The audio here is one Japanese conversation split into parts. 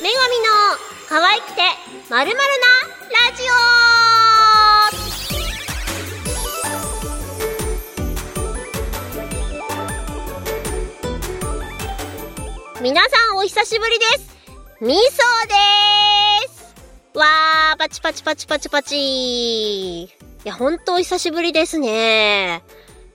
女神の可愛くてまるまるなラジオ。皆さんお久しぶりです。みそです。わー、パチパチパチパチパチ。いや、ほんとお久しぶりですね。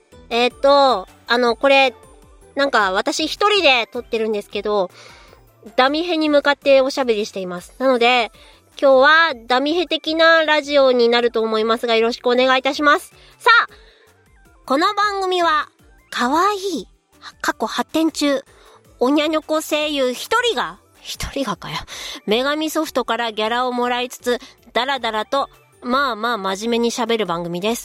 これなんか私一人で撮ってるんですけど、ダミヘに向かっておしゃべりしています。なので今日はダミヘ的なラジオになると思いますが、よろしくお願いいたします。さあ、この番組は可愛い過去発展中おにゃにょこ声優一人がかよ、女神ソフトからギャラをもらいつつダラダラとまあ真面目に喋る番組です。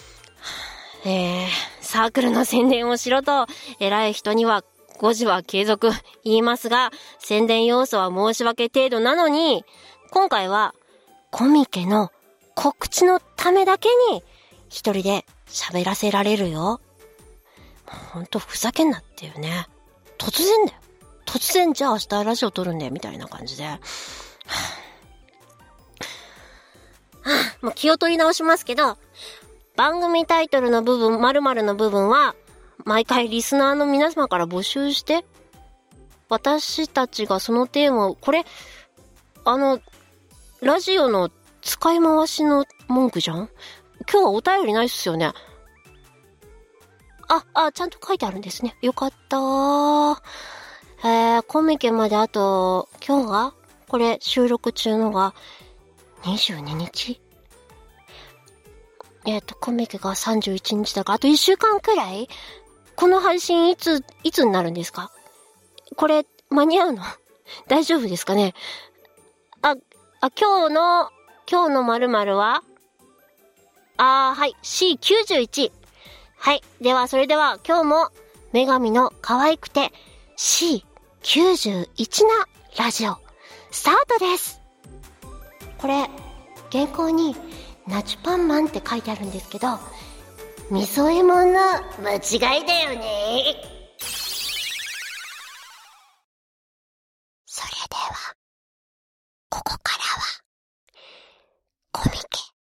サークルの宣伝をしろと偉い人には5時は継続言いますが、宣伝要素は申し訳程度なのに、今回はコミケの告知のためだけに一人で喋らせられるよ。ほんとふざけんなっていうね。突然だよ。突然じゃあ明日ラジオ撮るんだよみたいな感じで。もう気を取り直しますけど、番組タイトルの部分、〇〇の部分は毎回リスナーの皆様から募集して、私たちがそのテーマを、これラジオの使い回しの文句じゃん。今日はお便りないっすよね。ちゃんと書いてあるんですね。よかったー。コミケまであと、今日がこれ収録中のが22日。コミケが31日だから、あと1週間くらい。この配信いつになるんですか？これ間に合うの？大丈夫ですかね？今日の〇〇ははい、C91。はい。では、それでは今日も女神の可愛くて C91 なラジオ、スタートです。これ、原稿にナチュパンマンって書いてあるんですけど、みそえもんの間違いだよね。それでは、ここからは、コミケ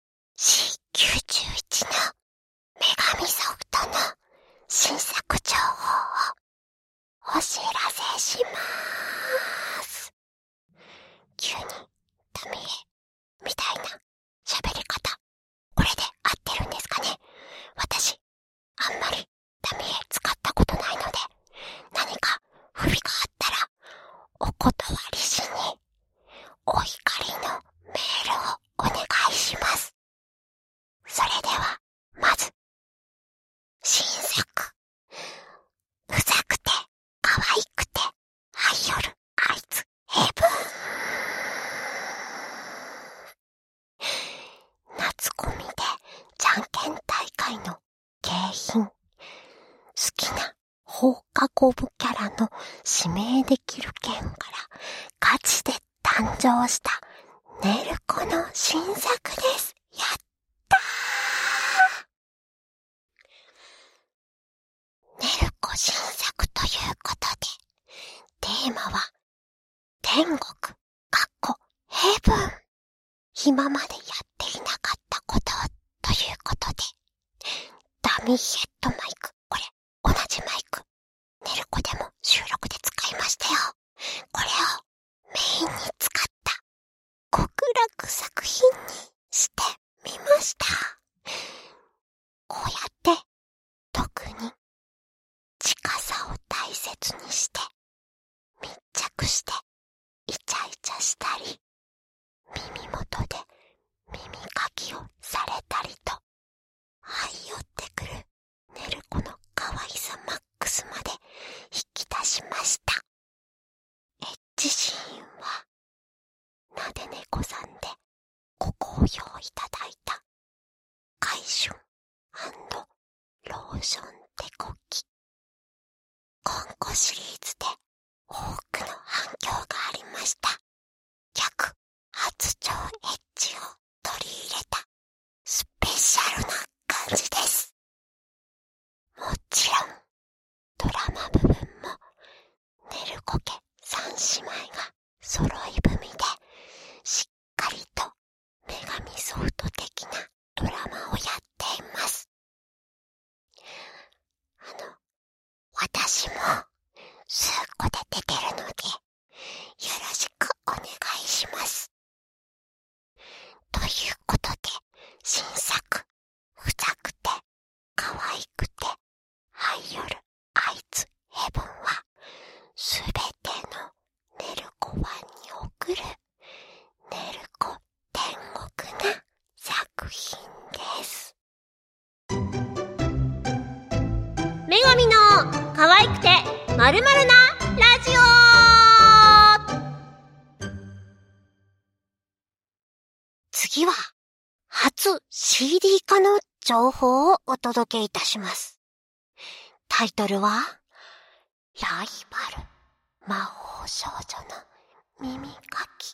C91 の女神ソフトの新作情報をお知らせしまーす。急にダメみたいな喋り方、これで合ってるんですかね。私あんまりダメ使ったことないので、何か不備があったらお断りしにお怒りのメールをお願いします。それではまず新作、うざくて可愛くてハイヨルあいつヘブン。夏コミでじゃんけん大会の景品、好きな放課後部キャラの指名できる券からガチで誕生したネルコの新作です。やったー。ネルコ新作ということで、テーマは天国ヘブン。今までやっていなかったことということで、ダミーヘッドマイク、これ同じマイクネルコでも収録で使いましたよ。これをメインに使った極楽作品にしてみました。こうやって特に近さを大切にして密着してイチャイチャしたり、耳元で耳かきをされたりと、這い寄ってくるネルコの可愛さマックスまで引き出しました。エッジシーンはなで猫さんでご好評いただいた回春&ローション手こき。今後シリーズで多くの反響がありました。逆初超エッジを取り入れたスペシャルな感じです。もちろんドラマ部分もネルコ家3姉妹が揃い踏みでしっかりと女神ソフト的なドラマをやっています。私も数個で出てるので、よろしくお願いします。ということで、新作、ふざくて、可愛くて、ハイヨル、アイツ、ヘブンは、すべてのネルコワンに送る、ネルコ天国な作品です。女神の可愛くて〇〇なラジオ。次は初 CD 化の情報をお届けいたします。タイトルはライバル魔法少女の耳かき。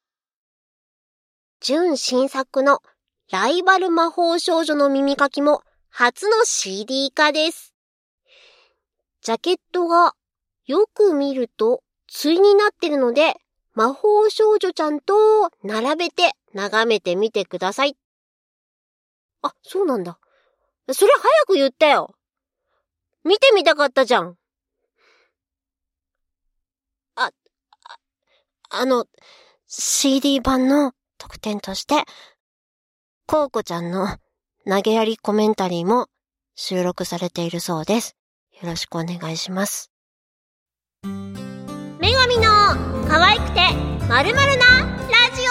純新作のライバル魔法少女の耳かきも初の CD 化です。ジャケットがよく見ると対になってるので、魔法少女ちゃんと並べて眺めてみてください。あ、そうなんだ。それ早く言ったよ。見てみたかったじゃん。CD 版の特典として、コウコちゃんの投げやりコメンタリーも収録されているそうです。よろしくお願いします。女神の可愛くて〇〇なラジ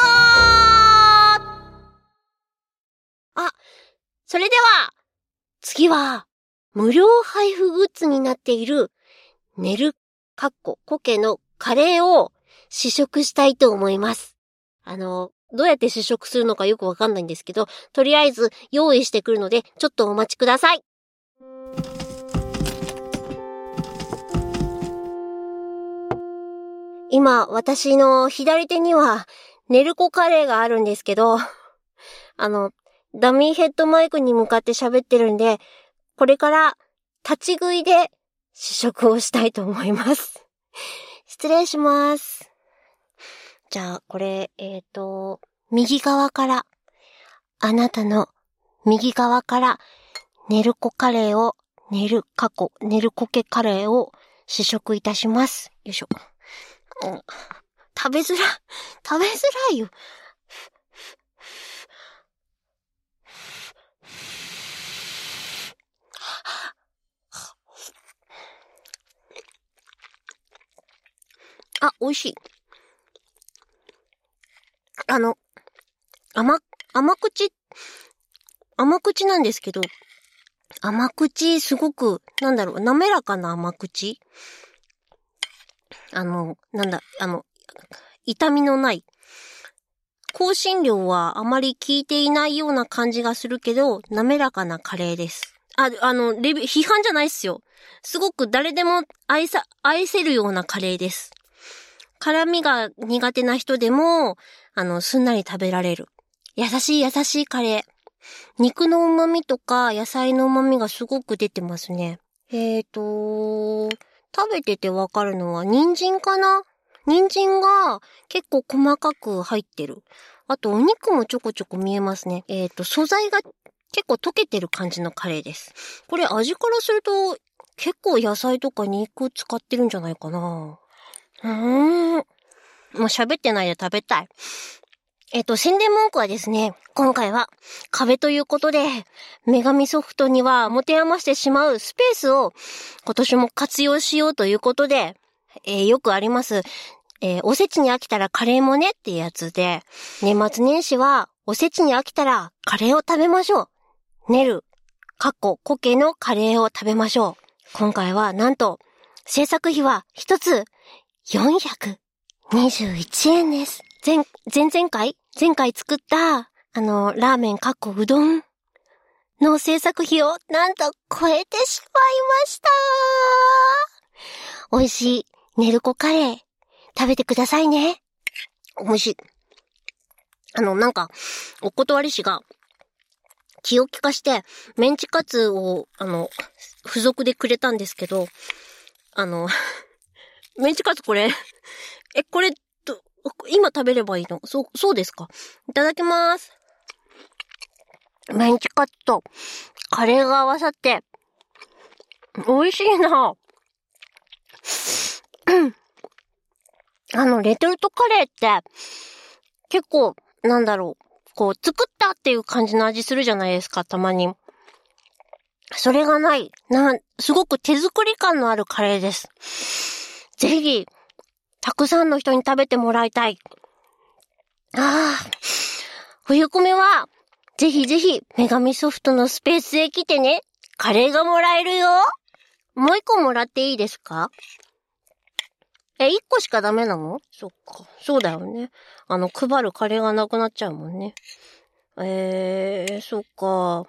オ。それでは、次は、無料配布グッズになっている、ネルコケのカレーを試食したいと思います。どうやって試食するのかよくわかんないんですけど、とりあえず用意してくるので、ちょっとお待ちください。今、私の左手には、ネルコカレーがあるんですけど、ダミーヘッドマイクに向かって喋ってるんで、これから立ち食いで試食をしたいと思います。失礼します。じゃあ、これ、右側から、あなたの右側から、ネルコカレーを、ネルコケカレーを試食いたします。よいしょ。食べづらいよ。美味しい。甘口なんですけど、甘口すごく、滑らかな甘口？痛みのない。香辛料はあまり効いていないような感じがするけど、滑らかなカレーです。批判じゃないっすよ。すごく誰でも愛せるようなカレーです。辛味が苦手な人でも、すんなり食べられる。優しいカレー。肉の旨味とか野菜の旨味がすごく出てますね。食べててわかるのは人参かな？人参が結構細かく入ってる。あとお肉もちょこちょこ見えますね。素材が結構溶けてる感じのカレーです。これ味からすると結構野菜とか肉使ってるんじゃないかな。もう喋ってないで食べたい。宣伝文句はですね、今回は壁ということで、女神ソフトには持て余してしまうスペースを今年も活用しようということで、よくあります、おせちに飽きたらカレーもねっていうやつで、年末年始はおせちに飽きたらカレーを食べましょう。コケのカレーを食べましょう。今回はなんと、制作費は一つ421円です。前回作った、ラーメンうどんの制作費をなんと超えてしまいました。美味しいネルコカレー食べてくださいね。美味しい。お断り師が気を利かしてメンチカツを付属でくれたんですけど、メンチカツこれ今食べればいいの？そうですか。いただきます。メンチカツとカレーが合わさって、美味しいな。レトルトカレーって、結構、作ったっていう感じの味するじゃないですか、たまに。それがない。すごく手作り感のあるカレーです。ぜひ、たくさんの人に食べてもらいたい。冬コメは、ぜひぜひ、女神ソフトのスペースへ来てね。カレーがもらえるよ。もう一個もらっていいですか？一個しかダメなの？そっか。そうだよね。配るカレーがなくなっちゃうもんね。そっか。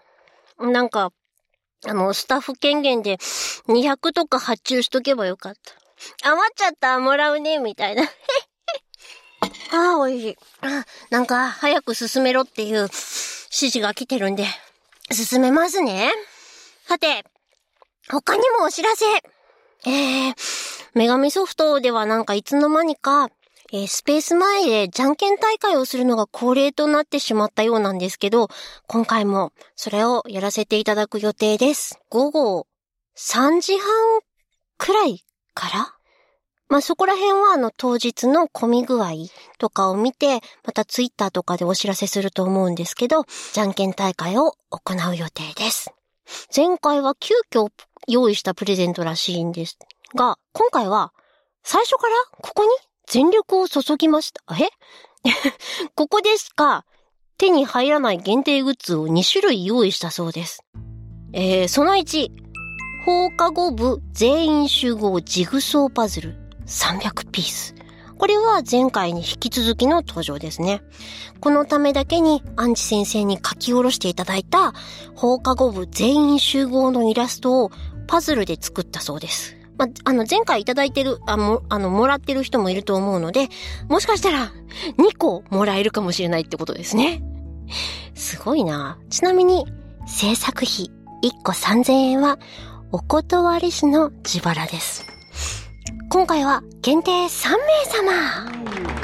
スタッフ権限で200とか発注しとけばよかった。余っちゃったもらうね、みたいな。美味しい。早く進めろっていう指示が来てるんで、進めますね。さて、他にもお知らせ。女神ソフトではいつの間にか、スペース前でじゃんけん大会をするのが恒例となってしまったようなんですけど、今回もそれをやらせていただく予定です。午後3時半くらいからそこら辺は当日の混み具合とかを見て、またツイッターとかでお知らせすると思うんですけど、じゃんけん大会を行う予定です。前回は急遽用意したプレゼントらしいんですが、今回は最初からここに全力を注ぎました。ここでしか手に入らない限定グッズを2種類用意したそうです。その1、放課後部全員集合ジグソーパズル300ピース。これは前回に引き続きの登場ですね。このためだけにアンチ先生に書き下ろしていただいた放課後部全員集合のイラストをパズルで作ったそうです。前回いただいてる、もらってる人もいると思うので、もしかしたら2個もらえるかもしれないってことですね。すごいな。ちなみに制作費1個3000円はお断りしの自腹です。今回は限定3名様。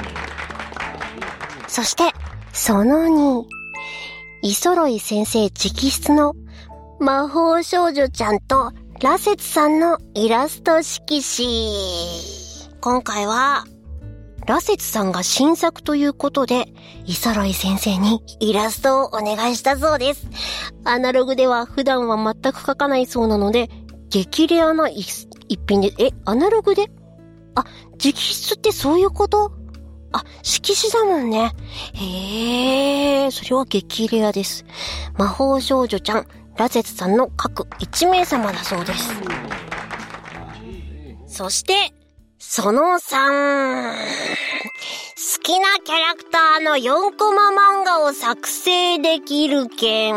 そして、その2、イソロイ先生直筆の魔法少女ちゃんとラセツさんのイラスト色紙。今回は、ラセツさんが新作ということで、イソロイ先生にイラストをお願いしたそうです。アナログでは普段は全く描かないそうなので、激レアな一品で、アナログで？直筆ってそういうこと？色紙だもんね。それは激レアです。魔法少女ちゃん、ラセツさんの各1名様だそうです。そして、その3、好きなキャラクターの4コマ漫画を作成できる券。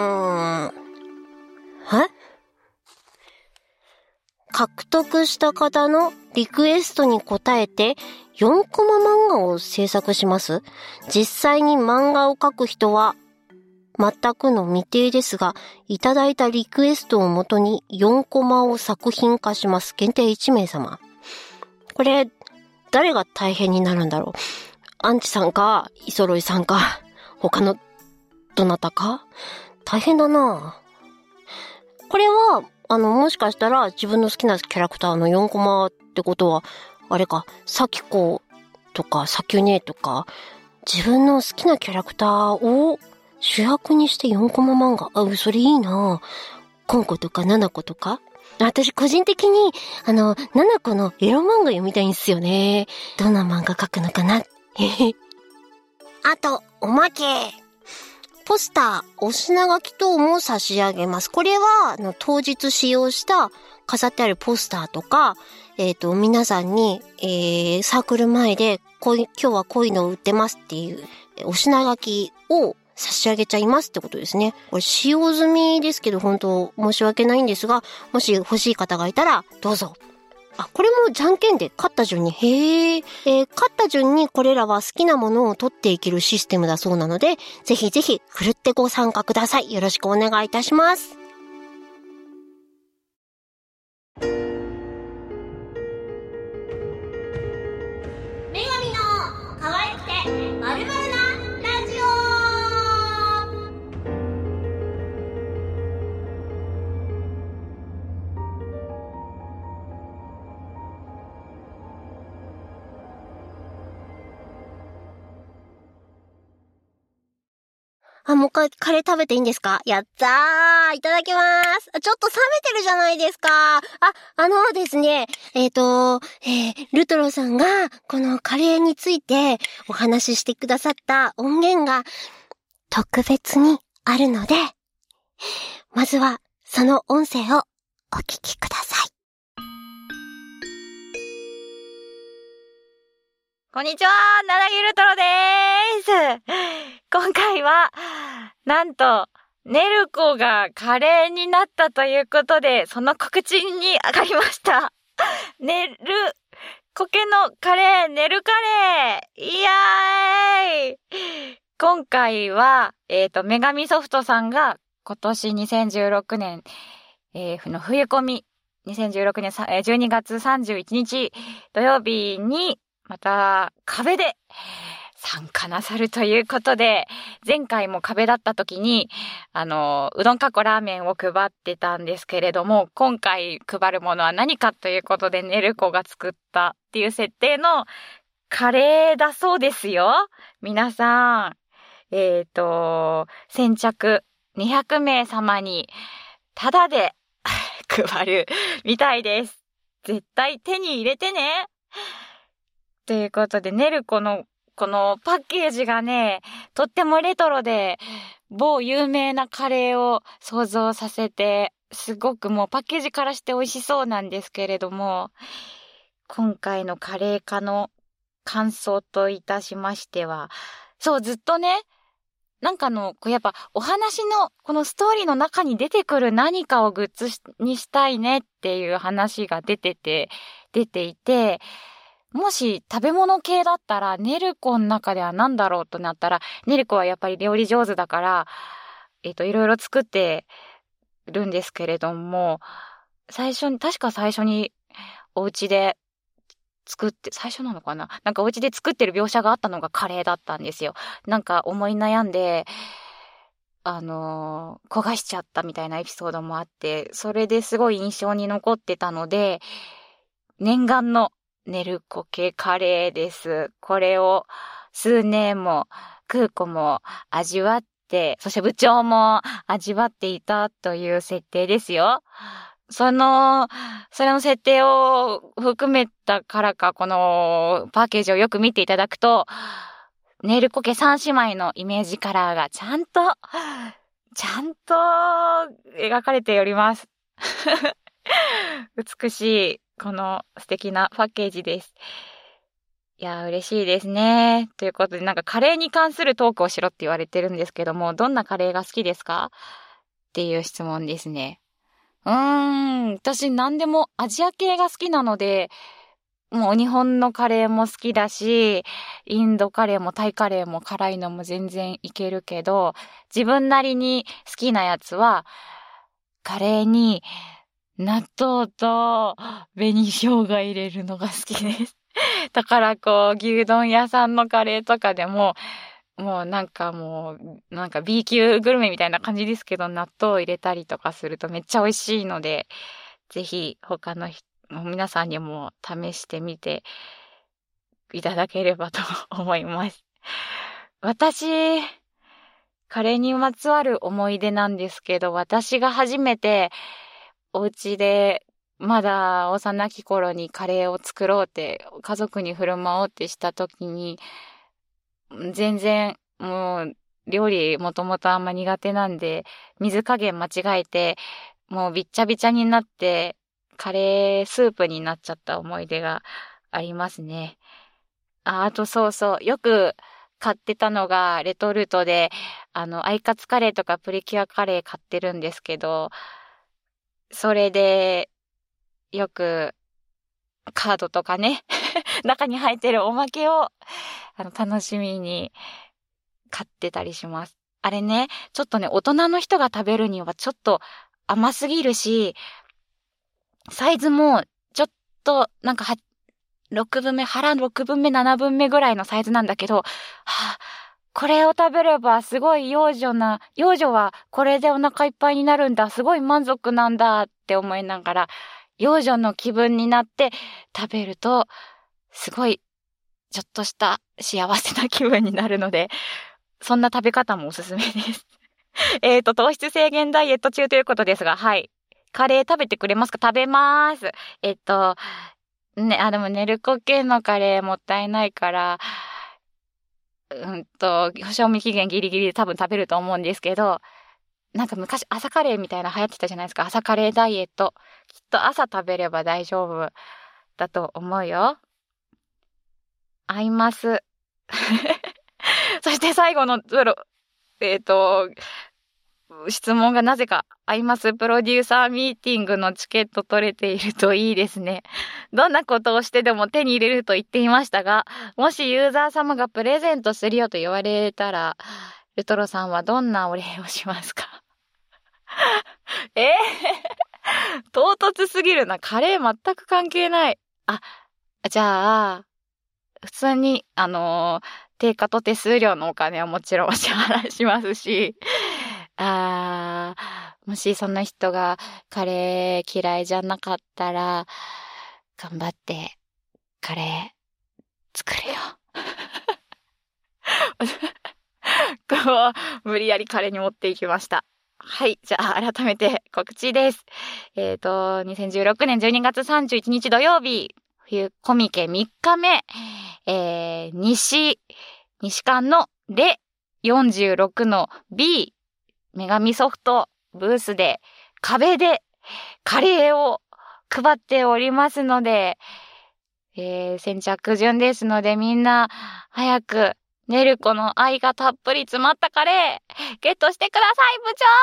獲得した方のリクエストに応えて4コマ漫画を制作します。実際に漫画を描く人は全くの未定ですが、いただいたリクエストをもとに4コマを作品化します。限定1名様。これ、誰が大変になるんだろう。アンチさんか、イソロイさんか、他のどなたか？大変だな。これは、もしかしたら自分の好きなキャラクターの4コマってことは、あれか、サキコとかサキュネとか、自分の好きなキャラクターを主役にして4コマ漫画。それいいな。コンコとかナナコとか。私個人的に、ナナコのエロ漫画読みたいんすよね。どんな漫画描くのかな。あと、おまけ。ポスター、お品書き等も差し上げます。これは、当日使用した飾ってあるポスターとか、皆さんに、サークル前で、今日はこういうのを売ってますっていう、お品書きを差し上げちゃいますってことですね。これ使用済みですけど、本当申し訳ないんですが、もし欲しい方がいたら、どうぞ。これもじゃんけんで勝った順に、勝った順にこれらは好きなものを取っていけるシステムだそうなので、ぜひぜひ、ふるってご参加ください。よろしくお願いいたします。女神の可愛くてもう一回カレー食べていいんですか？やったー、いただきまーす。ちょっと冷めてるじゃないですか。ですね、ルトロさんがこのカレーについてお話ししてくださった音源が特別にあるので、まずはその音声をお聞きください。 こんにちは、ななぎルトロでーす。今回は、なんと、ネルコがカレーになったということで、その告知に上がりました。ネルコケのカレー、ネルカレー、イエーイ。今回は、女神ソフトさんが今年2016年、の冬コミ、2016年12月31日土曜日に、また壁で参加なさるということで、前回も壁だった時にうどんかこラーメンを配ってたんですけれども、今回配るものは何かということで、ネルコが作ったっていう設定のカレーだそうですよ。皆さん先着200名様にタダで配るみたいです。絶対手に入れてね。ということで、ネルコのこのパッケージがね、とってもレトロで、某有名なカレーを想像させて、すごくもうパッケージからして美味しそうなんですけれども、今回のカレー化の感想といたしましては、そう、ずっとね、なんかやっぱお話のこのストーリーの中に出てくる何かをグッズにしたいねっていう話が出ていて、もし食べ物系だったらネルコの中では何だろうとなったら、ネルコはやっぱり料理上手だから、いろいろ作ってるんですけれども、確か最初にお家で作って、最初なのかな？なんかお家で作ってる描写があったのがカレーだったんですよ。なんか思い悩んで、焦がしちゃったみたいなエピソードもあって、それですごい印象に残ってたので、念願のネルコ系カレーです。これを数年も空子も味わって、そして部長も味わっていたという設定ですよ。それの設定を含めたからか、このパッケージをよく見ていただくと、ネルコ家三姉妹のイメージカラーがちゃんと描かれております。美しい、この素敵なパッケージです。いや、嬉しいですね。ということで、なんかカレーに関するトークをしろって言われてるんですけども、どんなカレーが好きですか？っていう質問ですね。私何でもアジア系が好きなので、もう日本のカレーも好きだし、インドカレーもタイカレーも辛いのも全然いけるけど、自分なりに好きなやつは、カレーに納豆と紅生姜入れるのが好きです。だから牛丼屋さんのカレーとかでも、もうなんか B 級グルメみたいな感じですけど、納豆を入れたりとかするとめっちゃ美味しいので、ぜひ他の皆さんにも試してみていただければと思います。私、カレーにまつわる思い出なんですけど、私が初めてお家でまだ幼き頃にカレーを作ろうって、家族に振る舞おうってした時に、全然もう料理もともとあんま苦手なんで、水加減間違えて、もうびっちゃびちゃになって、カレースープになっちゃった思い出がありますね。あとそうそう、よく買ってたのがレトルトで、アイカツカレーとかプリキュアカレー買ってるんですけど、それでよくカードとかね、中に入ってるおまけを楽しみに買ってたりします。あれね、ちょっとね、大人の人が食べるにはちょっと甘すぎるし、サイズもちょっとなんか6分目、腹6分目、7分目ぐらいのサイズなんだけど、これを食べればすごい幼女はこれでお腹いっぱいになるんだ、すごい満足なんだって思いながら、幼女の気分になって食べると、すごいちょっとした幸せな気分になるので、 そんな食べ方もおすすめです。糖質制限ダイエット中ということですが、はい。カレー食べてくれますか？食べます。でもネルコ系のカレーもったいないから、賞味期限ギリギリで多分食べると思うんですけど、なんか昔朝カレーみたいな流行ってたじゃないですか。朝カレーダイエット。きっと朝食べれば大丈夫だと思うよ。合います。そして最後の、質問がなぜか合います。プロデューサーミーティングのチケット取れているといいですね。どんなことをしてでも手に入れると言っていましたが、もしユーザー様がプレゼントするよと言われたら、ルトロさんはどんなお礼をしますか？唐突すぎるな。カレー全く関係ない。じゃあ、普通に、定価と手数料のお金はもちろんお支払いしますし、もしその人がカレー嫌いじゃなかったら、頑張ってカレー作るよ。無理やりカレーに持っていきました。はい。じゃあ、改めて告知です。2016年12月31日土曜日、冬コミケ3日目、西館のレ46の B、女神ソフトブースで、壁でカレーを配っておりますので、先着順ですので、みんな早く、ネルコの愛がたっぷり詰まったカレー、ゲットしてください、部長！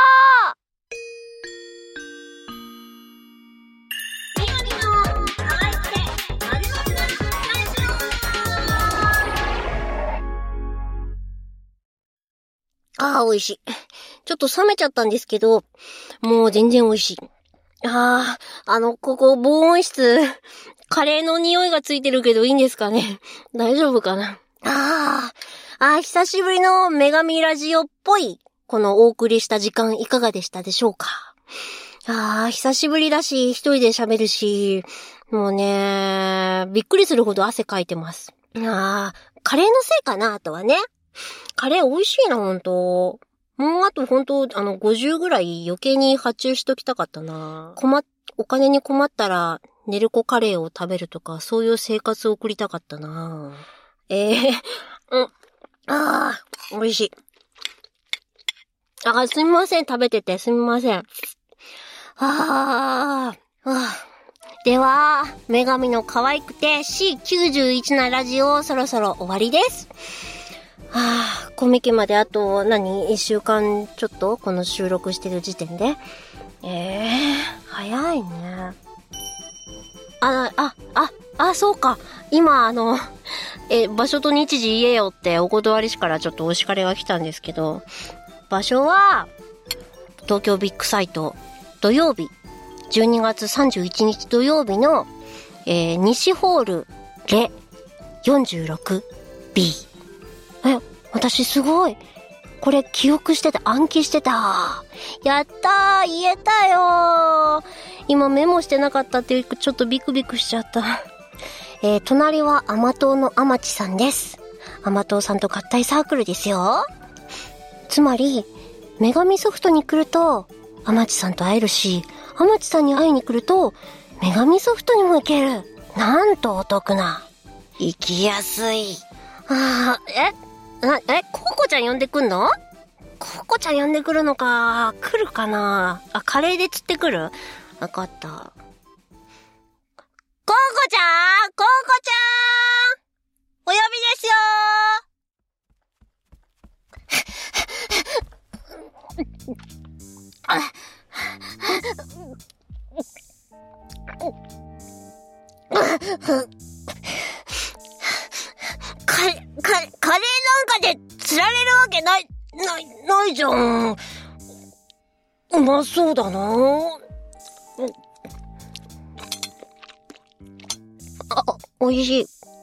美味しい。ちょっと冷めちゃったんですけど、もう全然美味しい。ここ防音室、カレーの匂いがついてるけどいいんですかね？大丈夫かな？久しぶりの女神ラジオっぽい、このお送りした時間いかがでしたでしょうか？久しぶりだし、一人で喋るし、もうね、びっくりするほど汗かいてます。カレーのせいかな、あとはね。カレー美味しいな、ほんと。もうあとほんと、50ぐらい余計に発注しときたかったな。お金に困ったら、ネルコカレーを食べるとか、そういう生活を送りたかったな。美味しい。すみません、食べてて、すみません。では、女神の可愛くて C91 なラジオ、そろそろ終わりです。コミケまであと、1週間ちょっとこの収録してる時点で。早いね。そうか。今、場所と日時言えよってお断りしからちょっとお叱りが来たんですけど、場所は、東京ビッグサイト、土曜日、12月31日土曜日の、西ホール、レ、46B。私すごい。これ記憶してて暗記してた。やったー、言えたよー。今メモしてなかったっていうちょっとビクビクしちゃった。隣は甘党の甘地さんです。甘党さんと合体サークルですよ。つまり、女神ソフトに来ると、甘地さんと会えるし、甘地さんに会いに来ると、女神ソフトにも行ける。なんとお得な。行きやすい。ココちゃん呼んでくんの？ココちゃん呼んでくるのか。来るかな？カレーで釣ってくる？わかった。ココちゃんお呼びですよカレーなんかで釣られるわけないじゃん。うまそうだな。美味しい。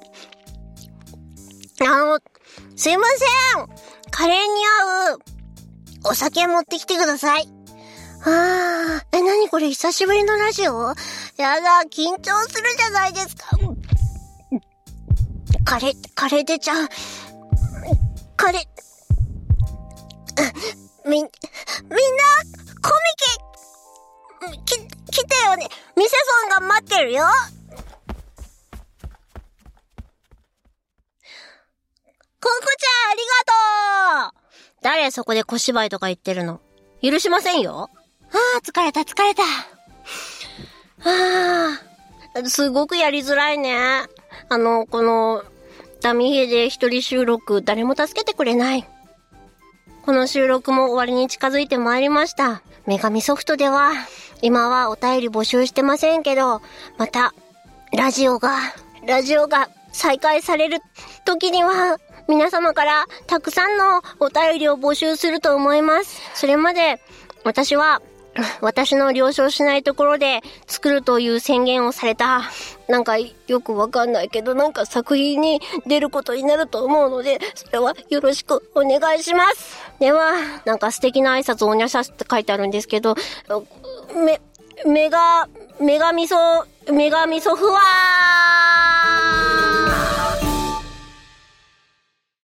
すいません。カレーに合うお酒持ってきてください。何これ久しぶりのラジオ？やだ、緊張するじゃないですか。カレー出ちゃう。カレーみんな、コミケ、来てよね。店ソンが待ってるよ。ココちゃん、ありがとう。誰そこで小芝居とか言ってるの。許しませんよ。疲れた。すごくやりづらいね。この、ダミヘで一人収録、誰も助けてくれない。この収録も終わりに近づいてまいりました。女神ソフトでは、今はお便り募集してませんけど、また、ラジオが再開される時には、皆様からたくさんのお便りを募集すると思います。それまで、私の了承しないところで作るという宣言をされた、なんかよくわかんないけど、なんか作品に出ることになると思うので、それはよろしくお願いします。では、なんか素敵な挨拶をおにゃしゃすって書いてあるんですけど、女神ソフは